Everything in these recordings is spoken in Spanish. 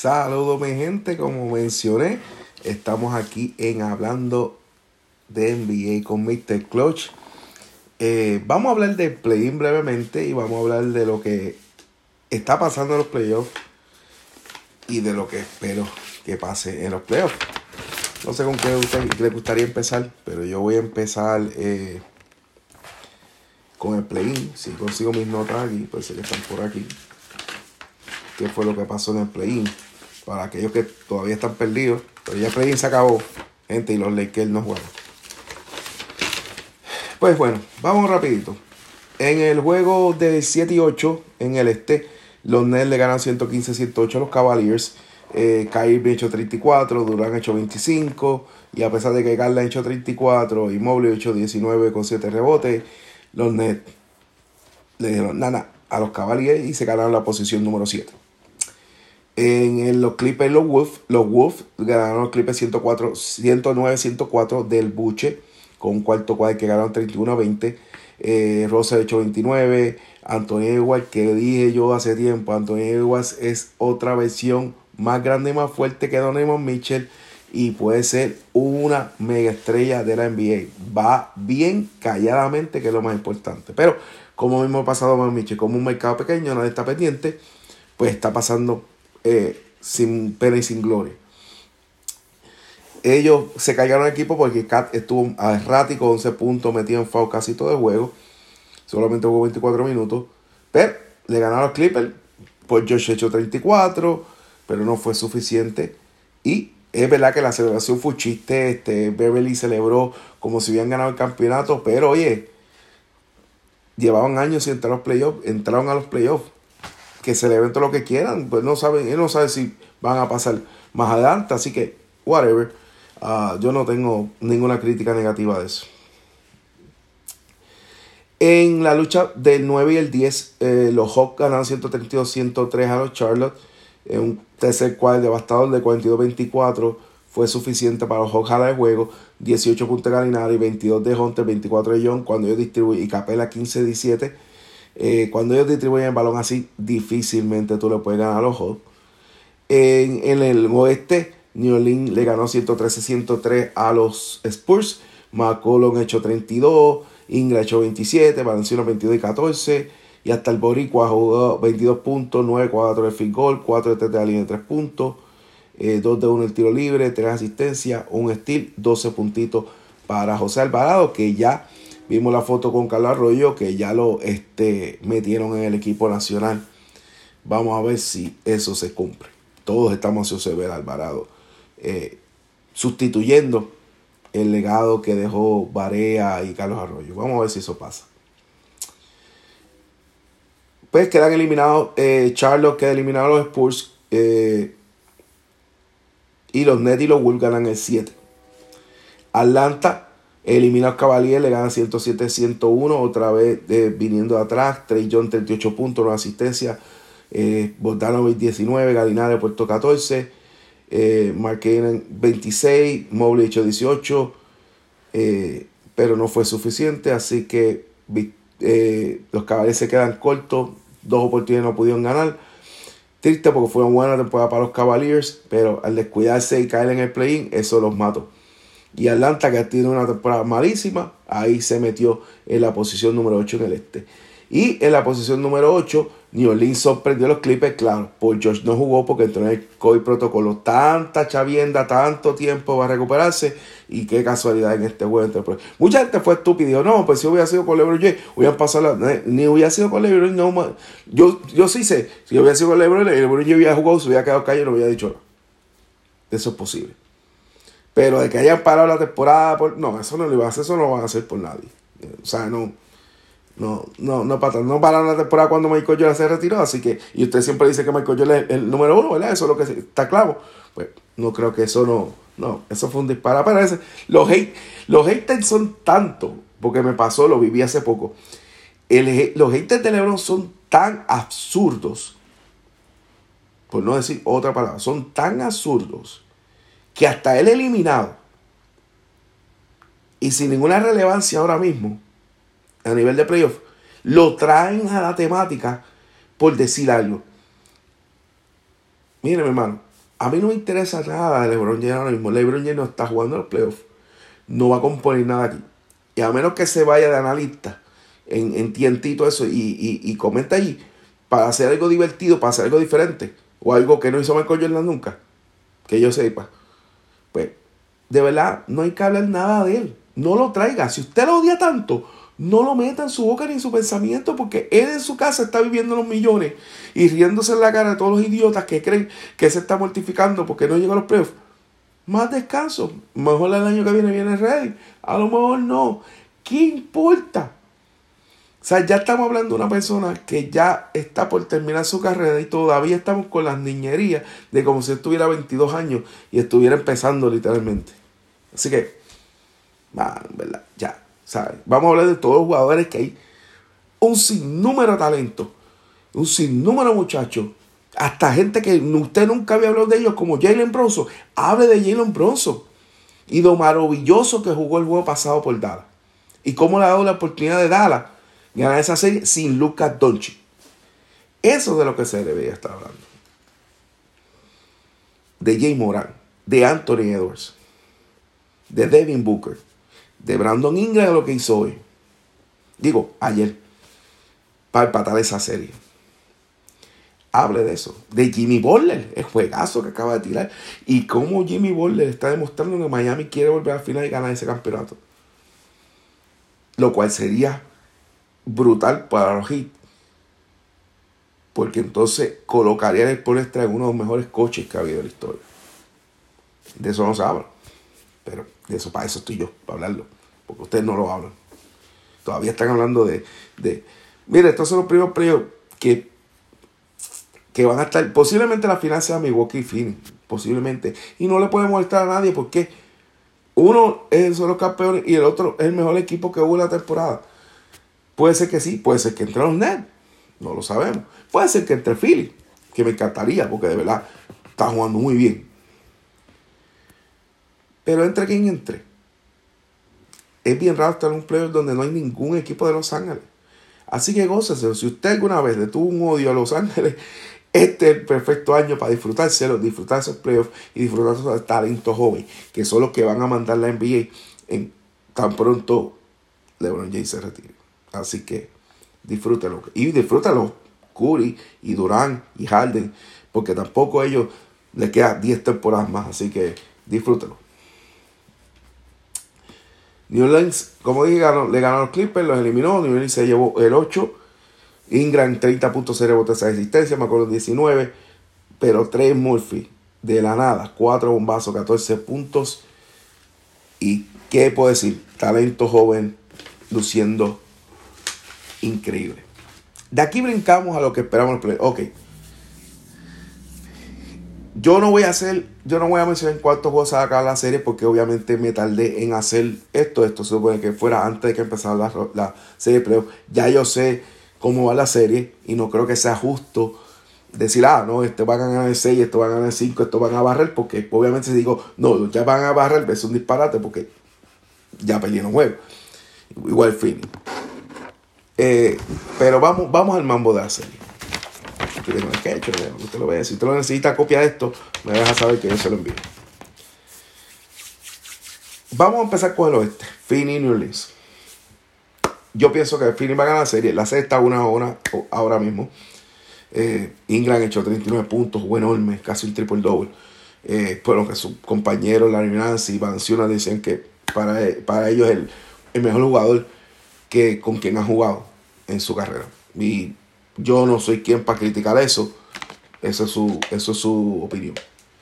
Saludos mi gente, como mencioné, estamos aquí en Hablando de NBA con Mr. Clutch. Vamos a hablar del play-in brevemente y vamos a hablar de lo que está pasando en los playoffs y de lo que espero que pase en los playoffs. No sé con qué les gustaría empezar, pero yo voy a empezar con el play-in. Si consigo mis notas aquí, pues sé que están por aquí. ¿Qué fue lo que pasó en el play-in? Para aquellos que todavía están perdidos, pero ya el play-in se acabó, gente, y los Lakers no juegan. Pues bueno, vamos rapidito. En el juego de 7 y 8, en el este, los Nets le ganan 115-108 a los Cavaliers. Kyrie hecho 34, Durant hecho 25, y a pesar de que Garland hecho 34 y Mobley hecho 19 con 7 rebotes, los Nets le dieron nada a los Cavaliers y se ganaron la posición número 7. En los Clippers, los Wolves ganaron los Clippers 109-104 del Buche, con un cuarto cuadro que ganaron 31-20. Russell hecho 29. Anthony Edwards, que dije yo hace tiempo, Anthony Edwards es otra versión más grande y más fuerte que Donovan Mitchell y puede ser una mega estrella de la NBA. Va bien calladamente, que es lo más importante. Pero como mismo ha pasado con Mitchell, como un mercado pequeño, nadie está pendiente, pues está pasando sin pena y sin gloria. Ellos se cayeron el equipo porque Cat estuvo errático, 11 puntos, metido en foul casi todo el juego. Solamente jugó 24 minutos. Pero le ganaron a los Clippers. Pues Josh hecho 34, pero no fue suficiente. Y es verdad que la celebración fue un chiste. Beverly celebró como si hubieran ganado el campeonato. Pero oye, llevaban años sin entrar a los playoffs. Entraron a los playoffs. Que celebren todo lo que quieran. Pues no saben, él no sabe si van a pasar más adelante. Así que, whatever. Yo no tengo ninguna crítica negativa de eso. En la lucha del 9 y el 10, los Hawks ganaron 132-103 a los Charlotte. Un tercer cuadro devastador de 42-24 fue suficiente para los Hawks ganar el juego. 18 puntos de Gallinari, 22 de Hunter, 24 de Young. Cuando ellos distribuyen, y Capela 15-17. Cuando ellos distribuyen el balón así, difícilmente tú le puedes ganar a los Hawks. En el oeste, New Orleans le ganó 113-103 a los Spurs. McCollum hecho 32, Ingram hecho 27, Valenciano 22 y 14. Y hasta el Boricua jugó 22 puntos, 9-4 el field goal, 4 de 3 de la línea de 3 puntos, 2 de 1 el tiro libre, 3 asistencias, 1 steal, 12 puntitos para José Alvarado, que ya vimos la foto con Carlos Arroyo, que ya lo metieron en el equipo nacional. Vamos a ver si eso se cumple. Todos estamos ansiosos de ver a Alvarado sustituyendo el legado que dejó Barea y Carlos Arroyo. Vamos a ver si eso pasa. Pues quedan eliminados. Charlotte queda eliminado a los Spurs. Y los Nets y los Wolves ganan el 7. Atlanta elimina a los Cavaliers, le gana 107-101. Otra vez viniendo de atrás. Trey Young 38 puntos, 9 asistencias. Bogdanovic 19, Gallinari puesto 14, Mark Cannon 26, Mobley hecho 18, pero no fue suficiente, así que los Cavaliers se quedan cortos, 2 oportunidades no pudieron ganar. Triste porque fue una buena temporada para los Cavaliers, pero al descuidarse y caer en el play-in, eso los mató. Y Atlanta, que tiene una temporada malísima, ahí se metió en la posición número 8 en el este. Y en la posición número 8, New Orleans sorprendió a los Clippers. Claro, Paul George no jugó porque entró en el COVID protocolo. Tanta chavienda, tanto tiempo va a recuperarse. Y qué casualidad en este juego. Mucha gente fue estúpida y dijo, no, pues si hubiera sido con LeBron James, hubieran pasado ni hubiera sido con LeBron. No, yo sí sé, si hubiera sido con LeBron James hubiera jugado, se hubiera quedado callado y no hubiera dicho nada. Eso es posible. Pero de que hayan parado la temporada, no, eso no lo iban a hacer, eso no lo van a hacer por nadie. O sea, no pararon la temporada cuando Michael Jordan se retiró, así que, y usted siempre dice que Michael Jordan es el número 1, ¿verdad? Eso es lo que está claro. Pues no creo que eso no, eso fue un disparate. Pero los haters son tanto, porque me pasó, lo viví hace poco. Los haters de LeBron son tan absurdos, por no decir otra palabra, son tan absurdos que hasta él eliminado y sin ninguna relevancia ahora mismo a nivel de playoff, lo traen a la temática por decir algo. Mire, mi hermano, A mí no me interesa nada de LeBron James ahora mismo. LeBron James no está jugando en los playoffs. No va a componer nada aquí. Y a menos que se vaya de analista en TNT y todo eso y comenta allí para hacer algo divertido, para hacer algo diferente, o algo que no hizo Michael Jordan nunca, que yo sepa, pues de verdad no hay que hablar nada de él. No lo traiga. Si usted lo odia tanto, no lo meta en su boca ni en su pensamiento, porque él en su casa está viviendo los millones y riéndose en la cara de todos los idiotas que creen que se está mortificando porque no llega a los playoffs. Más descanso. Mejor el año que viene ready. A lo mejor no. ¿Qué importa? O sea, ya estamos hablando de una persona que ya está por terminar su carrera y todavía estamos con las niñerías de como si estuviera 22 años y estuviera empezando literalmente. Así que, ¿verdad? Ya, ¿sabes? Vamos a hablar de todos los jugadores que hay un sinnúmero de talento, un sinnúmero de muchachos, hasta gente que usted nunca había hablado de ellos, como Jalen Brunson. Hable de Jalen Brunson y lo maravilloso que jugó el juego pasado por Dallas y cómo le ha dado la oportunidad de Dallas ganar esa serie sin Luka Doncic. Eso es de lo que se debería estar hablando. De Jay Moran, de Anthony Edwards, de Devin Booker, de Brandon Ingram, lo que hizo hoy. Digo, ayer, para empatar esa serie. Hable de eso. De Jimmy Butler, el juegazo que acaba de tirar. Y cómo Jimmy Butler está demostrando que Miami quiere volver al final y ganar ese campeonato. Lo cual sería brutal para los Heat. Porque entonces colocaría el Spoelstra en uno de los mejores coaches que ha habido en la historia. De eso no se habla. Pero de eso, para eso estoy yo, para hablarlo. Porque ustedes no lo hablan. Todavía están hablando de mire, estos son los primeros playoffs que van a estar, posiblemente la final sea Milwaukee y Phoenix, posiblemente, y no le pueden molestar a nadie porque uno son los campeones y el otro es el mejor equipo que hubo en la temporada. Puede ser que sí, puede ser que entre los Nets, no lo sabemos, puede ser que entre Philly, que me encantaría porque de verdad está jugando muy bien, pero entre quien entre. Es bien raro estar en un playoff donde no hay ningún equipo de Los Ángeles. Así que gócese. Si usted alguna vez le tuvo un odio a Los Ángeles, este es el perfecto año para disfrutárselo, disfrutar esos playoffs y disfrutar esos talentos jóvenes, que son los que van a mandar la NBA en tan pronto LeBron James se retire. Así que disfrútenlo. Y disfrútenlo Curry y Durant y Harden, porque tampoco a ellos les quedan 10 temporadas más. Así que disfrútenlo. New Orleans, como dije, le ganó a los Clippers, los eliminó. New Orleans se llevó el 8. Ingram 30.0 rebotes de asistencia, me acuerdo 19. Pero Trey Murphy, de la nada, 4 bombazos, 14 puntos. Y qué puedo decir, talento joven, luciendo increíble. De aquí brincamos a lo que esperamos el play. Ok. Yo no voy a mencionar en cuántos juegos se va a acabar la serie porque obviamente me tardé en hacer esto. Esto se supone que fuera antes de que empezara la serie de playoffs. Ya yo sé cómo va la serie y no creo que sea justo decir, no, van a ganar el 6, esto van a ganar el 5, esto van a barrer, porque obviamente si digo, no, ya van a barrer, es un disparate porque ya perdieron juego. Igual Phoenix. Pero vamos al mambo de la serie. Usted lo ve. Si usted lo necesita copia de esto, me deja saber que yo se lo envío. Vamos a empezar con el oeste. Phoenix, New Orleans. Yo pienso que Phoenix va a ganar la serie. La serie está 1-1 ahora mismo. Ingram echó 39 puntos, jugó enorme, casi un triple-double. Pero que sus compañeros, Larry Nance y Valanciunas, dicen que para ellos es el mejor jugador con quien ha jugado en su carrera. Y yo no soy quien para criticar eso. Eso es su opinión.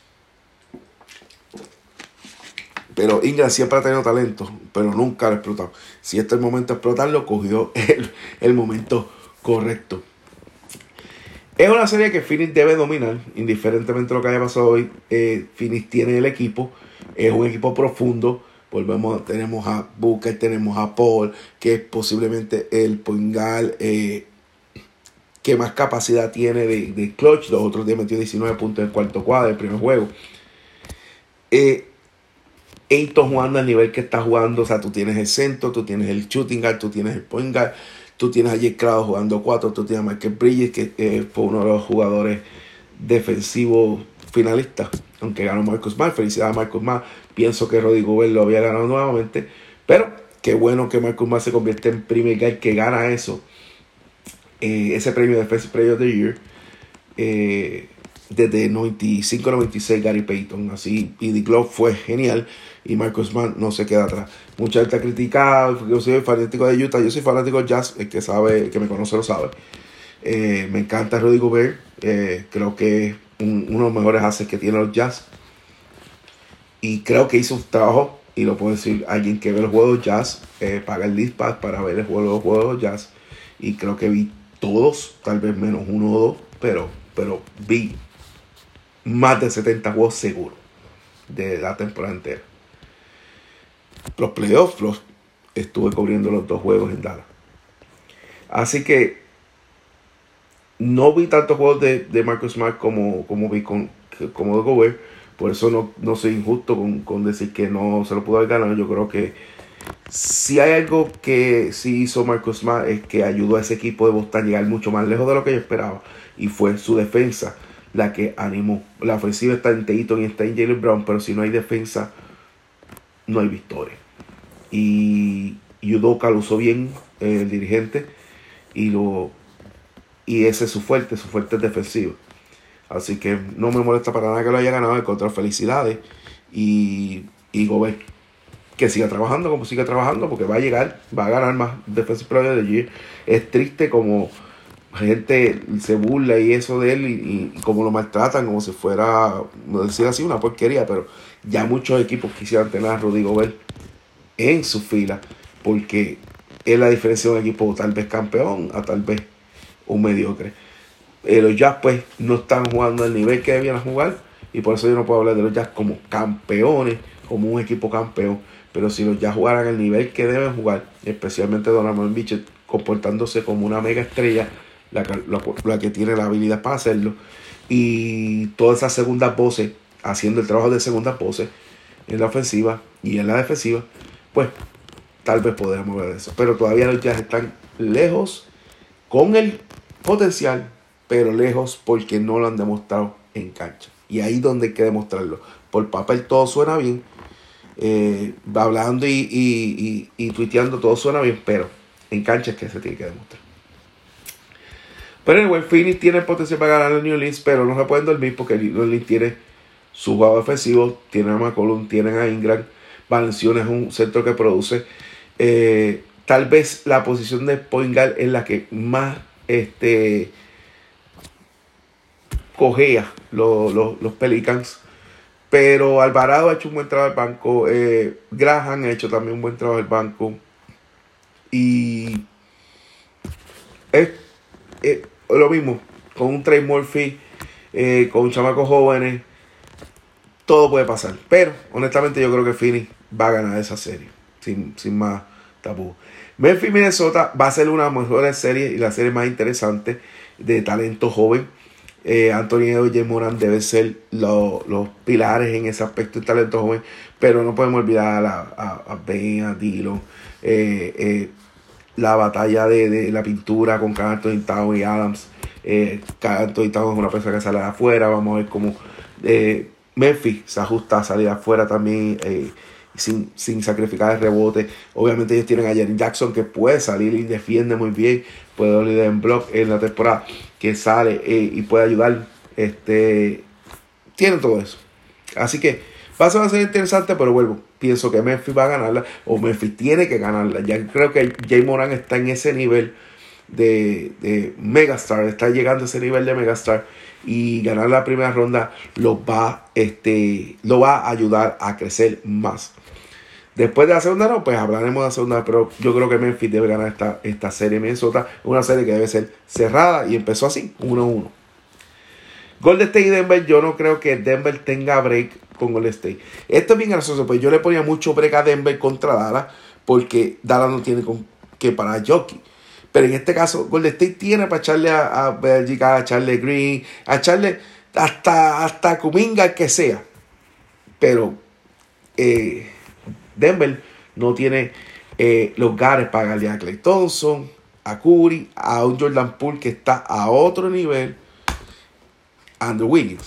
Pero Ingram siempre ha tenido talento, pero nunca lo ha explotado. Si este es el momento de explotarlo, cogió el momento correcto. Es una serie que Phoenix debe dominar, indiferentemente de lo que haya pasado hoy. Phoenix tiene el equipo, es un equipo profundo. Tenemos a Booker, tenemos a Paul, que es posiblemente el point guard que más capacidad tiene de clutch. Los otros días metió 19 puntos en el cuarto cuadro del primer juego. Ayton jugando al nivel que está jugando. O sea, tú tienes el centro, tú tienes el shooting guard, tú tienes el point guard, tú tienes a Jay Crowder jugando 4, tú tienes a Michael Bridges, que fue uno de los jugadores defensivos finalistas, aunque ganó Marcus Smart. Felicidades a Marcus Smart. Pienso que Rudy Gobert lo había ganado nuevamente, pero qué bueno que Marcus Smart se convierte en primer guy que gana eso, ese premio de Defensive Player of the Year, desde 95-96 Gary Payton. Así, y The Glove fue genial y Marcus Smart no se queda atrás. Mucha gente ha criticado, yo soy fanático de Utah, yo soy fanático de Jazz, el que sabe, el que me conoce lo sabe. Me encanta Rudy Gobert, creo que es uno de los mejores assets que tiene los Jazz, y creo que hizo un trabajo, y lo puedo decir alguien que ve los juegos Jazz, paga el Dispatch para ver los juegos Jazz, y creo que vi todos, tal vez menos uno o dos, pero vi más de 70 juegos seguros de la temporada entera. Los playoffs los estuve cubriendo los 2 juegos en Dallas, así que no vi tantos juegos de Marcus Smart como vi como de Gobert. Por eso no soy injusto con decir que no se lo pudo haber ganado. Yo creo que si hay algo que sí hizo Marcus Smart es que ayudó a ese equipo de Boston a llegar mucho más lejos de lo que yo esperaba. Y fue su defensa la que animó. La ofensiva está en Tatum y está en Jaylen Brown, pero si no hay defensa, no hay victoria. Y Udoka lo usó bien, el dirigente, y ese es su fuerte es defensivo. Así que no me molesta para nada que lo haya ganado, al contrario, felicidades. Y Gobert que siga trabajando como siga trabajando, porque va a ganar más Defensive Player of the Year. Es triste como gente se burla y eso de él y como lo maltratan como si fuera, no decir así, una porquería, pero ya muchos equipos quisieran tener a Rudy Gobert en su fila, porque es la diferencia de un equipo tal vez campeón a tal vez un mediocre. Los Jazz pues no están jugando al nivel que debían jugar, y por eso yo no puedo hablar de los Jazz como campeones, como un equipo campeón. Pero si los Jazz jugaran al nivel que deben jugar, especialmente Donovan Mitchell comportándose como una mega estrella, la que tiene la habilidad para hacerlo, y todas esas segundas voces haciendo el trabajo de segundas voces en la ofensiva y en la defensiva, pues tal vez podamos ver eso. Pero todavía los Jazz están lejos, con el potencial, pero lejos porque no lo han demostrado en cancha. Y ahí es donde hay que demostrarlo. Por papel todo suena bien, hablando y tuiteando todo suena bien, pero en cancha es que se tiene que demostrar. Pero el Phoenix tiene el potencial para ganar a New Orleans, pero no se pueden dormir porque New Orleans tiene su juego ofensivo, tiene a McCollum, tienen a Ingram, Valanciunas es un centro que produce. Tal vez la posición de point guard es la que más cojea los Pelicans, pero Alvarado ha hecho un buen trabajo al banco, Graham ha hecho también un buen trabajo al banco, y es lo mismo con un Trey Murphy, con chamacos jóvenes, todo puede pasar, pero honestamente yo creo que Phoenix va a ganar esa serie sin más tabú. Memphis Minnesota va a ser una de las mejores series y la serie más interesante de talento joven. Anthony Edwards y Jay Moran deben ser los pilares en ese aspecto de talento joven, pero no podemos olvidar a Ben, a Dillon, la batalla de la pintura con Karl Anthony Towns y Adams. Karl Anthony Towns es una persona que sale de afuera. Vamos a ver cómo Memphis se ajusta a salir de afuera también, sin sacrificar el rebote. Obviamente ellos tienen a Jaren Jackson, que puede salir y defiende muy bien, puede liderar en block en la temporada, que sale y puede ayudar. Tienen todo eso, así que va a ser interesante, pero vuelvo, pienso que Memphis va a ganarla, o Memphis tiene que ganarla. Ya creo que Jay Moran está en ese nivel de Megastar, está llegando a ese nivel de Megastar, y ganar la primera ronda lo va a ayudar a crecer más. Después de la segunda, no, pues hablaremos de la segunda, pero yo creo que Memphis debe ganar esta serie. Minnesota, una serie que debe ser cerrada, y empezó así, 1-1. Golden State y Denver, yo no creo que Denver tenga break con Golden State. Esto es bien gracioso, pues yo le ponía mucho break a Denver contra Dallas, porque Dallas no tiene con qué parar Jockey. Pero en este caso, Golden State tiene para echarle a Belgica, a echarle Green, a echarle hasta Kuminga, que sea. Pero Denver no tiene los gares para darle a Klay Thompson, a Curry, a un Jordan Poole que está a otro nivel, Andrew Wiggins.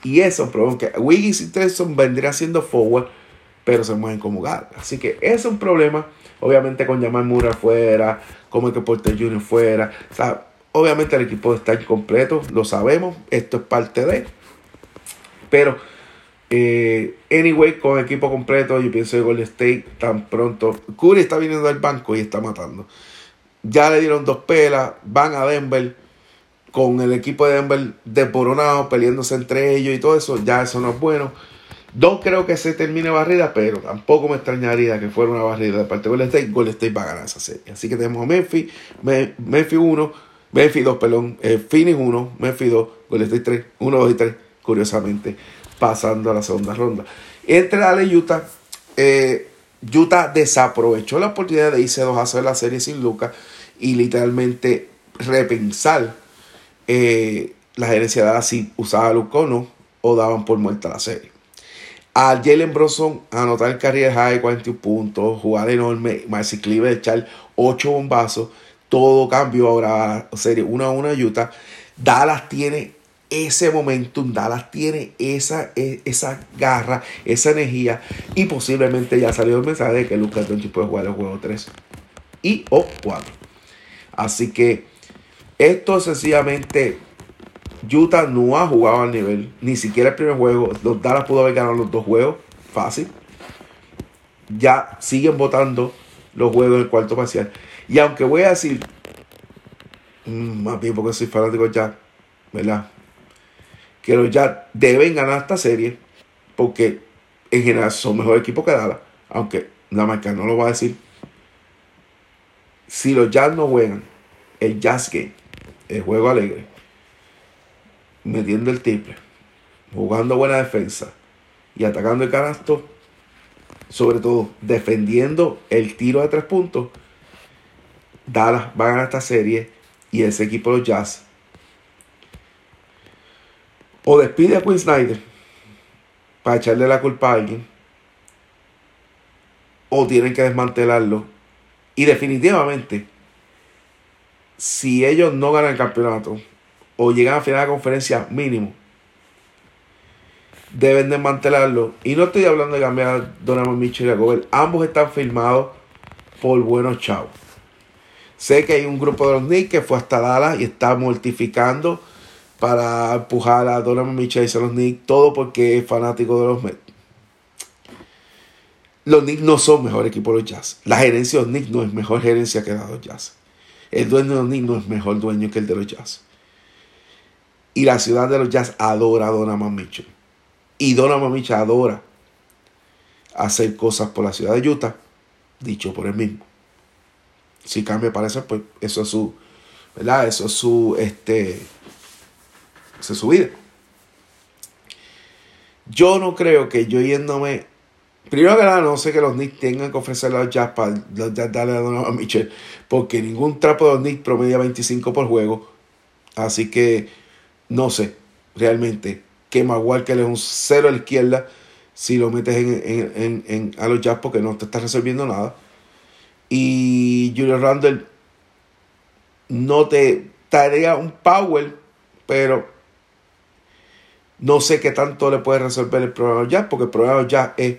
Y eso, pero que Wiggins y Tyson vendrían siendo forward, pero se mueven como guard. Así que ese es un problema. Obviamente con Jamal Murray fuera, como que Porter Jr. fuera. O sea, obviamente el equipo está incompleto, lo sabemos. Esto es parte de. Pero, anyway, con equipo completo, yo pienso que Golden State tan pronto. Curry está viniendo del banco y está matando. Ya le dieron 2 pelas, van a Denver. Con el equipo de Denver desboronado, peleándose entre ellos y todo eso, ya eso no es bueno. No creo que se termine barrida, pero tampoco me extrañaría que fuera una barrida de parte de Golden State. Golden State va a ganar esa serie. Así que tenemos a Memphis 1, Memphis 2, Phoenix 1, Memphis 2, Golden State 3, 1, 2 y 3, curiosamente, pasando a la segunda ronda. Entre Dallas y Utah, Utah desaprovechó la oportunidad de irse 2-0 en la serie sin Luka y literalmente repensar la gerencia de Dallas si usaba a Luka o no, o daban por muerta la serie. A Jalen Brunson anotar el career high, 41 puntos, jugar enorme, Maxi Kleber echar 8 bombazos, todo cambió ahora, serie 1-1 a Utah. Dallas tiene ese momentum, Dallas tiene esa garra, esa energía, y posiblemente ya salió el mensaje de que Luka Doncic puede jugar el juego 3 o 4. Así que esto sencillamente, Utah no ha jugado al nivel, ni siquiera el primer juego. Los Dallas pudo haber ganado los 2 juegos, fácil. Ya siguen votando los juegos del cuarto parcial. Y aunque voy a decir, más bien porque soy fanático de Jazz, ¿verdad? Que los Jazz deben ganar esta serie, porque en general son mejor equipo que Dallas, aunque la marca no lo va a decir. Si los Jazz no juegan el Jazz Game, el juego alegre, metiendo el triple, jugando buena defensa y atacando el canasto, sobre todo defendiendo el tiro de 3 puntos, Dallas va a ganar esta serie. Y ese equipo de los Jazz o despide a Quinn Snyder para echarle la culpa a alguien, o tienen que desmantelarlo. Y definitivamente, si ellos no ganan el campeonato o llegan a final de la conferencia mínimo, deben desmantelarlo. Y no estoy hablando de cambiar a Donovan Mitchell y a Gobert. Ambos están firmados por buenos chavos. Sé que hay un grupo de los Knicks que fue hasta Dallas y está mortificando para empujar a Donovan Mitchell y a los Knicks, todo porque es fanático de los Mets. Los Knicks no son mejor equipo de los Jazz. La gerencia de los Knicks no es mejor gerencia que la de los Jazz. El dueño de los Knicks no es mejor dueño que el de los Jazz. Y la ciudad de los Jazz adora a Donovan Mitchell. Y Donovan Mitchell adora hacer cosas por la ciudad de Utah, dicho por él mismo. Si cambia de parecer, pues eso es su, ¿verdad? Eso es su, esa es su vida. Yo no creo que yo yéndome, primero que nada, no sé que los Knicks tengan que ofrecerle a los Jazz para los Jazz darle a Donovan Mitchell, porque ningún trapo de los Knicks promedia 25 por juego. Así que no sé realmente que Kemba Walker es un 0 a la izquierda si lo metes a los Jazz, porque no te está resolviendo nada. Y Julius Randle no te daría un power, pero no sé qué tanto le puede resolver el problema de los Jazz, porque el problema de los Jazz es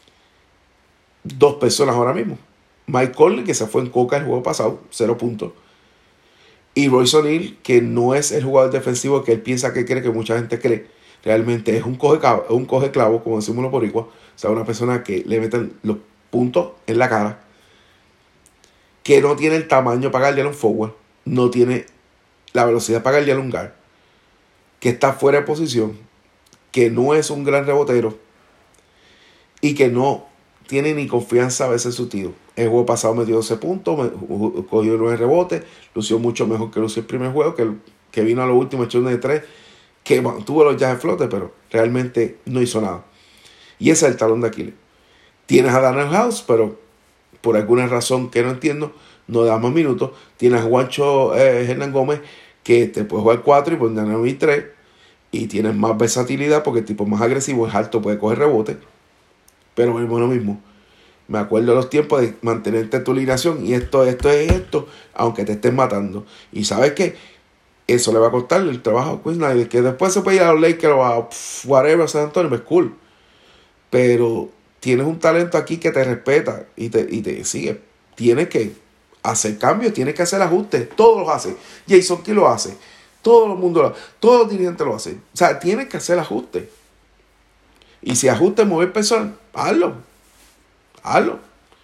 2 personas ahora mismo. Mike Conley, que se fue en coca el juego pasado, 0 puntos. Y Royce O'Neal, que no es el jugador defensivo que él piensa que cree, que mucha gente cree. Realmente es un coge clavo, como decimos los boricuas. O sea, una persona que le meten los puntos en la cara, que no tiene el tamaño para guardiar un forward, no tiene la velocidad para guardiar un guard, que está fuera de posición, que no es un gran rebotero y que no tiene ni confianza a veces en su tiro. El juego pasado metió 12 puntos, cogió 9 rebotes, lució mucho mejor que lució el primer juego, que vino a lo último, echó un de 3, que mantuvo los Jazz en flote, pero realmente no hizo nada. Y ese es el talón de Aquiles. Tienes a Daniel House, pero por alguna razón que no entiendo, no da más minutos. Tienes a Juancho Hernán Gómez, que te puede jugar 4 y poner a 3, y tienes más versatilidad porque el tipo es más agresivo, es alto, puede coger rebote. Pero es lo mismo. Me acuerdo de los tiempos de mantenerte en tu alineación, y esto es esto, aunque te estén matando. Y ¿sabes qué? Eso le va a costar el trabajo a Quinn Snyder, que después se puede ir a los Lakers o a whatever, San Antonio, es cool. Pero tienes un talento aquí que te respeta y te sigue. Tienes que hacer cambios, tienes que hacer ajustes. Todos los hace. Jason Kidd lo hace. Todo el mundo lo hace. Todos los dirigentes lo hacen. O sea, tienes que hacer ajustes. Y si ajustes, mover personas, hazlo. Hazlo.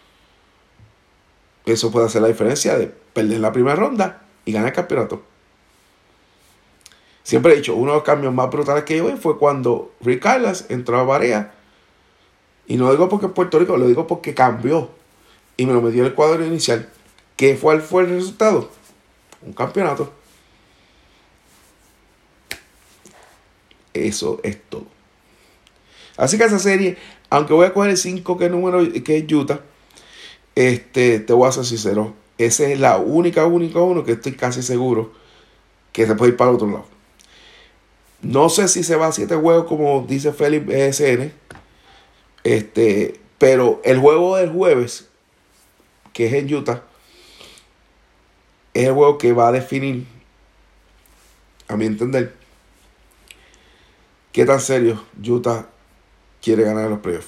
Eso puede hacer la diferencia de perder la primera ronda y ganar el campeonato. Siempre he dicho, uno de los cambios más brutales que yo vi fue cuando Rick Carlisle entró a Barea. Y no lo digo porque es Puerto Rico, lo digo porque cambió. Y me lo metió en el cuadro inicial. ¿Cuál fue el resultado? Un campeonato. Eso es todo. Así que esa serie, aunque voy a coger el 5 que es Utah, te voy a ser sincero. Esa es la única uno que estoy casi seguro que se puede ir para el otro lado. No sé si se va a 7 juegos como dice Felipe ESN. Pero el juego del jueves, que es en Utah, es el juego que va a definir, a mi entender, qué tan serio Utah quiere ganar los playoffs.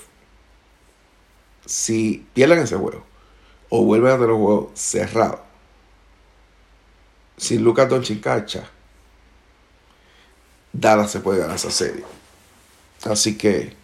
Si pierden ese juego o vuelven a tener los juegos cerrados sin Luka Doncic cancha, Dallas se puede ganar esa serie. Así que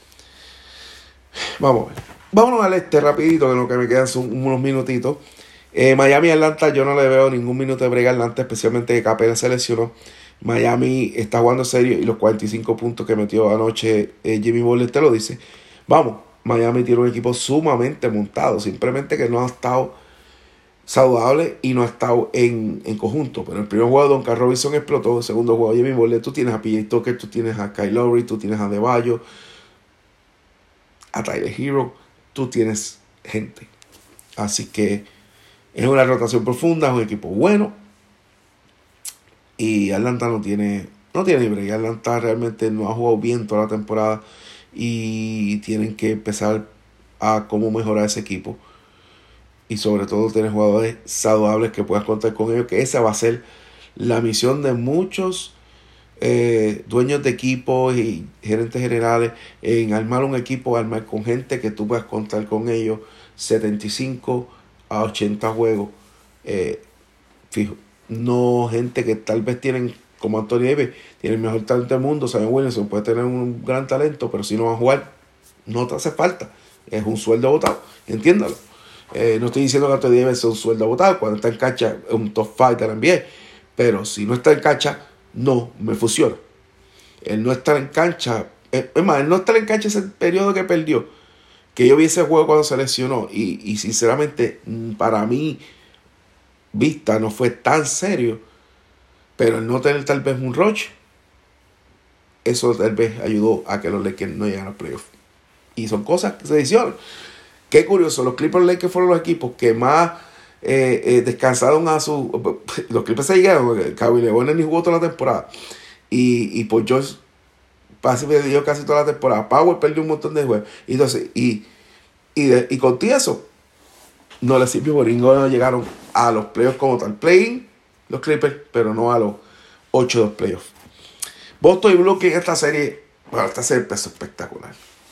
vamos a ver. Vámonos al rapidito, que lo que me quedan son unos minutitos. Miami Atlanta, yo no le veo ningún minuto de brega a Atlanta, especialmente que Capela se lesionó. Miami está jugando serio y los 45 puntos que metió anoche Jimmy Butler te lo dice. Vamos, Miami tiene un equipo sumamente montado, simplemente que no ha estado saludable y no ha estado en conjunto. Pero el primer juego Duncan Robinson explotó, el segundo juego Jimmy Butler, tú tienes a PJ Tucker, tú tienes a Kyle Lowry, tú tienes a Adebayo, a Tyler Hero, tú tienes gente. Así que es una rotación profunda, es un equipo bueno. Y Atlanta no tiene break. Atlanta realmente no ha jugado bien toda la temporada. Y tienen que empezar a cómo mejorar ese equipo. Y sobre todo tener jugadores saludables que puedas contar con ellos. Que esa va a ser la misión de muchos dueños de equipos y gerentes generales, en armar un equipo, armar con gente que tú puedas contar con ellos 75 a 80 juegos fijo. No gente que tal vez tienen, como Anthony Davis, tiene el mejor talento del mundo. Zion Williamson puede tener un gran talento, pero si no va a jugar, no te hace falta. Es un sueldo botado, entiéndalo. No estoy diciendo que Anthony Davis es un sueldo botado. Cuando está en cancha es un top five de la NBA, pero si no está en cancha, no me funciona. Él no estar en cancha, es más, él no estar en cancha ese periodo que perdió, que yo vi ese juego cuando se lesionó, y sinceramente para mí vista no fue tan serio, pero el no tener tal vez un rush, eso tal vez ayudó a que los Lakers no llegaran al playoff. Y son cosas que se hicieron. Qué curioso, los Clippers Lakers fueron los equipos que más descansaron a su... Los Clippers se llegaron, Kawhi Leonard ni jugó toda la temporada. Y por George perdió casi toda la temporada. Powell perdió un montón de juegos. Entonces, y con eso, no les sirvió, porque no llegaron a los playoffs como tal. Play-in, los Clippers, pero no a los 8 de los playoffs. Boston y Brooklyn en esta serie, bueno, esta serie empezó espectacular.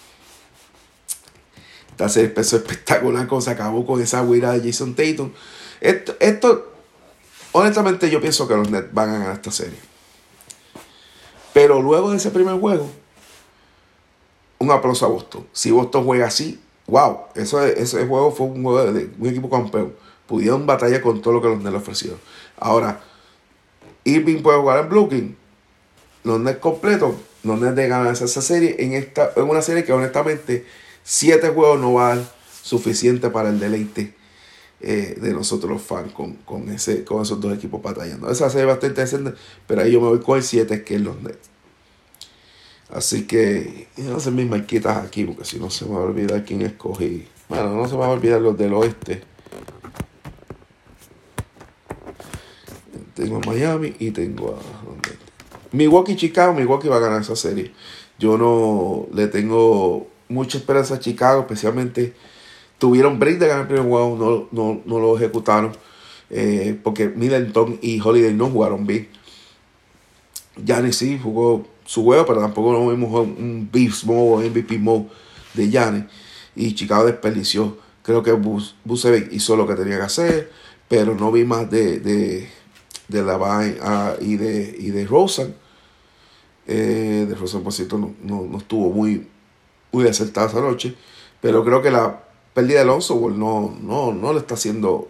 Esta serie empezó espectacular cuando se acabó con esa huida de Jason Tatum. Esto, honestamente, yo pienso que los Nets van a ganar esta serie. Pero luego de ese primer juego, un aplauso a Boston. Si Boston juega así, wow, ese juego fue un juego de un equipo campeón. Pudieron batallar con todo lo que los Nets le ofrecieron. Ahora, Irving puede jugar en Brooklyn. Los Nets completos, los Nets de ganar esa serie en una serie que honestamente 7 juegos no va a dar suficiente para el deleite de nosotros los fans con esos dos equipos batallando. Esa serie bastante interesante, pero ahí yo me voy con el 7, que es los Nets. Así que no hacer mis marquitas aquí, porque si no se me va a olvidar quién escogí. Bueno, no se me va a olvidar los del oeste. Tengo a Miami y tengo a Milwaukee, Chicago. Milwaukee va a ganar esa serie. Yo no le tengo mucha esperanza a Chicago, especialmente tuvieron break de ganar el primer juego, no lo ejecutaron, porque Middleton y Holiday no jugaron bien. Giannis sí jugó su juego, pero tampoco no vimos un Beast Mode o MVP Mode de Giannis. Y Chicago desperdició. Creo que Vucevic hizo lo que tenía que hacer, pero no vi más de Lavine y de Rosen. De Rosen, por cierto, no estuvo muy acertado esa noche. Pero creo que la pérdida de Alonso Ball no le está haciendo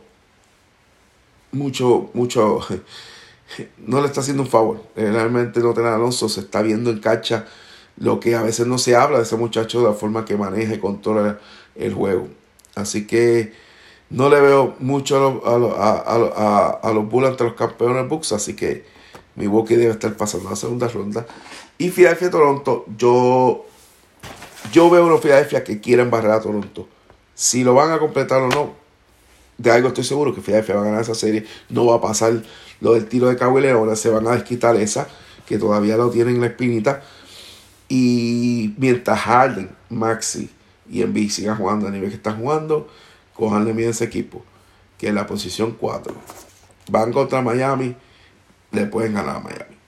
mucho no le está haciendo un favor. Realmente no tener a Alonso, se está viendo en cancha lo que a veces no se habla de ese muchacho, de la forma que maneja y controla el juego. Así que no le veo mucho a los Bulls ante los campeones Bucks, así que Milwaukee debe estar pasando a la segunda ronda. Y Philadelphia-Toronto, yo veo unos Philadelphia que quieren barrer a Toronto. Si lo van a completar o no, de algo estoy seguro, que Philadelphia va a ganar esa serie. No va a pasar lo del tiro de Kawhi Leonard, se van a desquitar esa, que todavía lo tienen en la espinita. Y mientras Harden, Maxi y Embiid sigan jugando a nivel que están jugando, cojanle miedo a ese equipo, que en la posición 4 van contra Miami, le pueden ganar a Miami.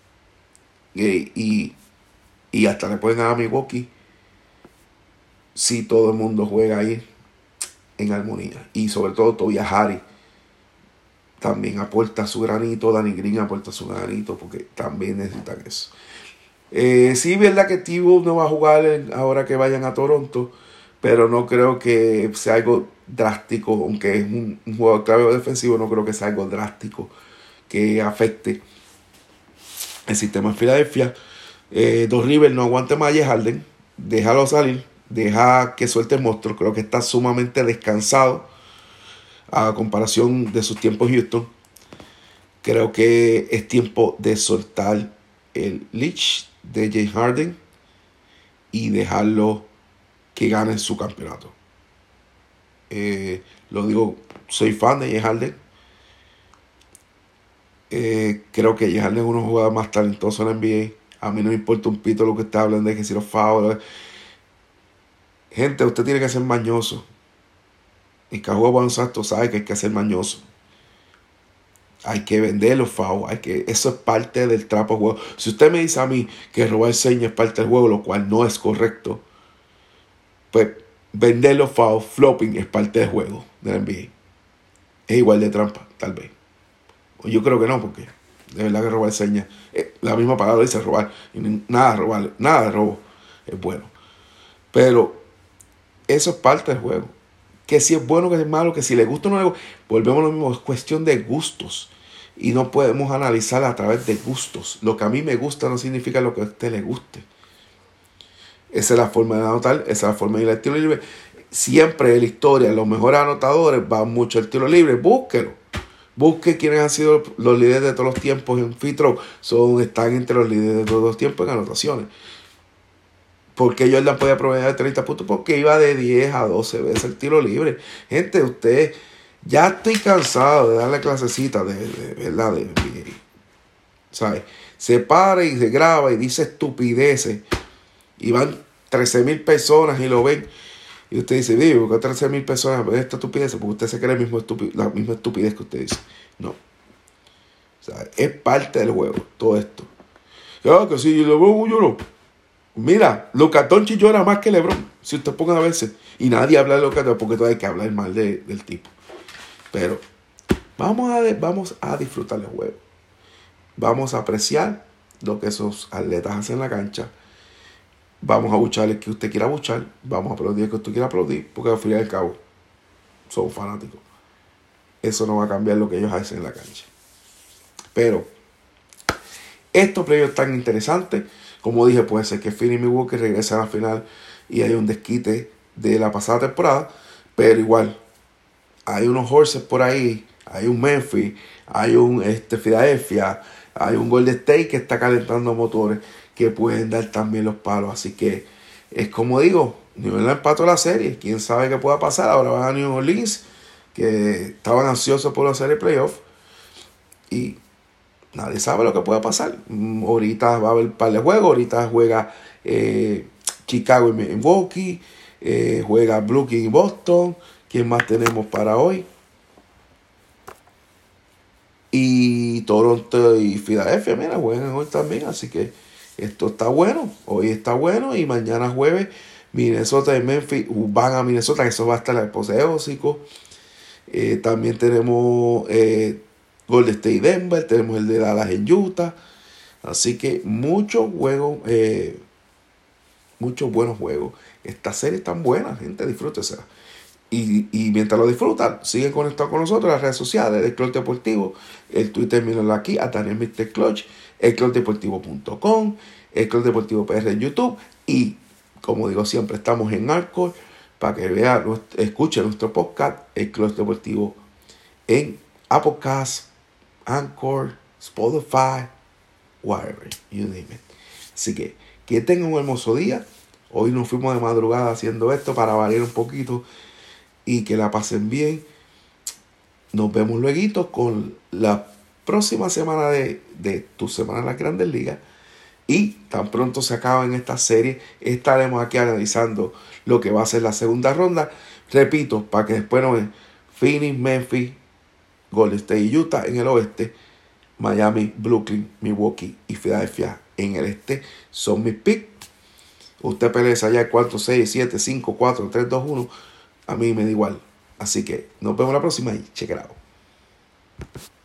Y hasta le pueden ganar a Milwaukee si todo el mundo juega ahí en armonía. Y sobre todo Tobias Harris también aporta su granito, Danny Green aporta su granito, porque también necesitan eso. Sí, es verdad que T-Wolves no va a jugar ahora que vayan a Toronto, pero no creo que sea algo drástico, aunque es un jugador clave defensivo, no creo que sea algo drástico que afecte el sistema de Filadelfia. Dos Rivers no aguante más a Harden, déjalo salir, deja que suelte el monstruo. Creo que está sumamente descansado a comparación de sus tiempos en Houston. Creo que es tiempo de soltar el leash de James Harden y dejarlo que gane su campeonato. Lo digo, soy fan de James Harden. Creo que James Harden es uno de los jugadores más talentosos en la NBA. A mí no me importa un pito lo que está hablando de que si los fouls. Gente, usted tiene que ser mañoso. Y cada juego de baloncesto sabe que hay que ser mañoso. Hay que vender los fouls. Eso es parte del trapo de juego. Si usted me dice a mí que robar señas es parte del juego, lo cual no es correcto, pues vender los fouls, flopping, es parte del juego de la NBA. Es igual de trampa, tal vez. Yo creo que no, porque de verdad que robar señas, la misma palabra dice robar. Y nada de robar, nada de robo es bueno. Pero eso es parte del juego. Que si es bueno, que si es malo, que si le gusta o no le gusta. Volvemos a lo mismo, es cuestión de gustos. Y no podemos analizar a través de gustos. Lo que a mí me gusta no significa lo que a usted le guste. Esa es la forma de anotar, esa es la forma de ir al tiro libre. Siempre en la historia, los mejores anotadores van mucho al tiro libre. Búsquelo. Busque quienes han sido los líderes de todos los tiempos en free throw. Están entre los líderes de todos los tiempos en anotaciones. ¿Por qué Jordan podía promediar de 30 puntos? Porque iba de 10 a 12 veces el tiro libre. Gente, usted, ya estoy cansado de darle clasecita de verdad de NBA. ¿Sabe? Se para y se graba y dice estupideces. Y van 13,000 personas y lo ven. Y usted dice, digo, que 13,000 personas ven esta estupidez, porque usted se cree la misma estupidez que usted dice. No. O sea, es parte del juego, todo esto. Claro que sí, yo no. Mira, Luka Doncic llora más que LeBron, si usted ponga a veces. Y nadie habla de Luka Doncic porque todavía hay que hablar mal del tipo. Pero vamos a disfrutar el juego. Vamos a apreciar lo que esos atletas hacen en la cancha. Vamos a buchar el que usted quiera buchar. Vamos a aplaudir el que usted quiera aplaudir. Porque al fin y al cabo son fanáticos. Eso no va a cambiar lo que ellos hacen en la cancha. Pero estos playoffs tan interesantes. Como dije, puede ser que Philly y Milwaukee regresen a la final y hay un desquite de la pasada temporada. Pero igual, hay unos horses por ahí. Hay un Memphis, hay un Philadelphia, hay un Golden State que está calentando motores que pueden dar también los palos. Así que es como digo, New Orleans empató la serie. Quién sabe qué pueda pasar. Ahora van a New Orleans, que estaban ansiosos por la serie playoff. Y nadie sabe lo que pueda pasar. Ahorita va a haber un par de juegos. Ahorita juega Chicago y Milwaukee. Juega Brooklyn y Boston. ¿Quién más tenemos para hoy? Y Toronto y Filadelfia, mira, juegan hoy también. Así que esto está bueno. Hoy está bueno. Y mañana jueves, Minnesota y Memphis van a Minnesota, que eso va a estar apoteósico. También tenemos Golden State y Denver. Tenemos el de Dallas en Utah. Así que muchos juegos, muchos buenos juegos. Esta serie es tan buena, gente, disfrútese. Y mientras lo disfrutan, siguen conectados con nosotros en las redes sociales del Club Deportivo. El Twitter, mírenlo aquí, a Daniel Mr. Clutch, elclubdeportivo.com, el Club Deportivo PR en YouTube. Y como digo siempre, estamos en Anchor para que vean, escuchen nuestro podcast, el Club Deportivo, en Apple Podcasts, Anchor, Spotify, whatever, you name it. Así que tengan un hermoso día. Hoy nos fuimos de madrugada haciendo esto para variar un poquito y que la pasen bien. Nos vemos luego con la próxima semana de tu semana en las Grandes Ligas. Y tan pronto se acaba en esta serie, estaremos aquí analizando lo que va a ser la segunda ronda. Repito, para que después nos vean: Phoenix, Memphis, Golden State y Utah en el oeste, Miami, Brooklyn, Milwaukee y Filadelfia en el este son mis picks. Usted pelea allá 4, 6, 7, 5, 4, 3, 2, 1. A mí me da igual. Así que nos vemos la próxima y check it out.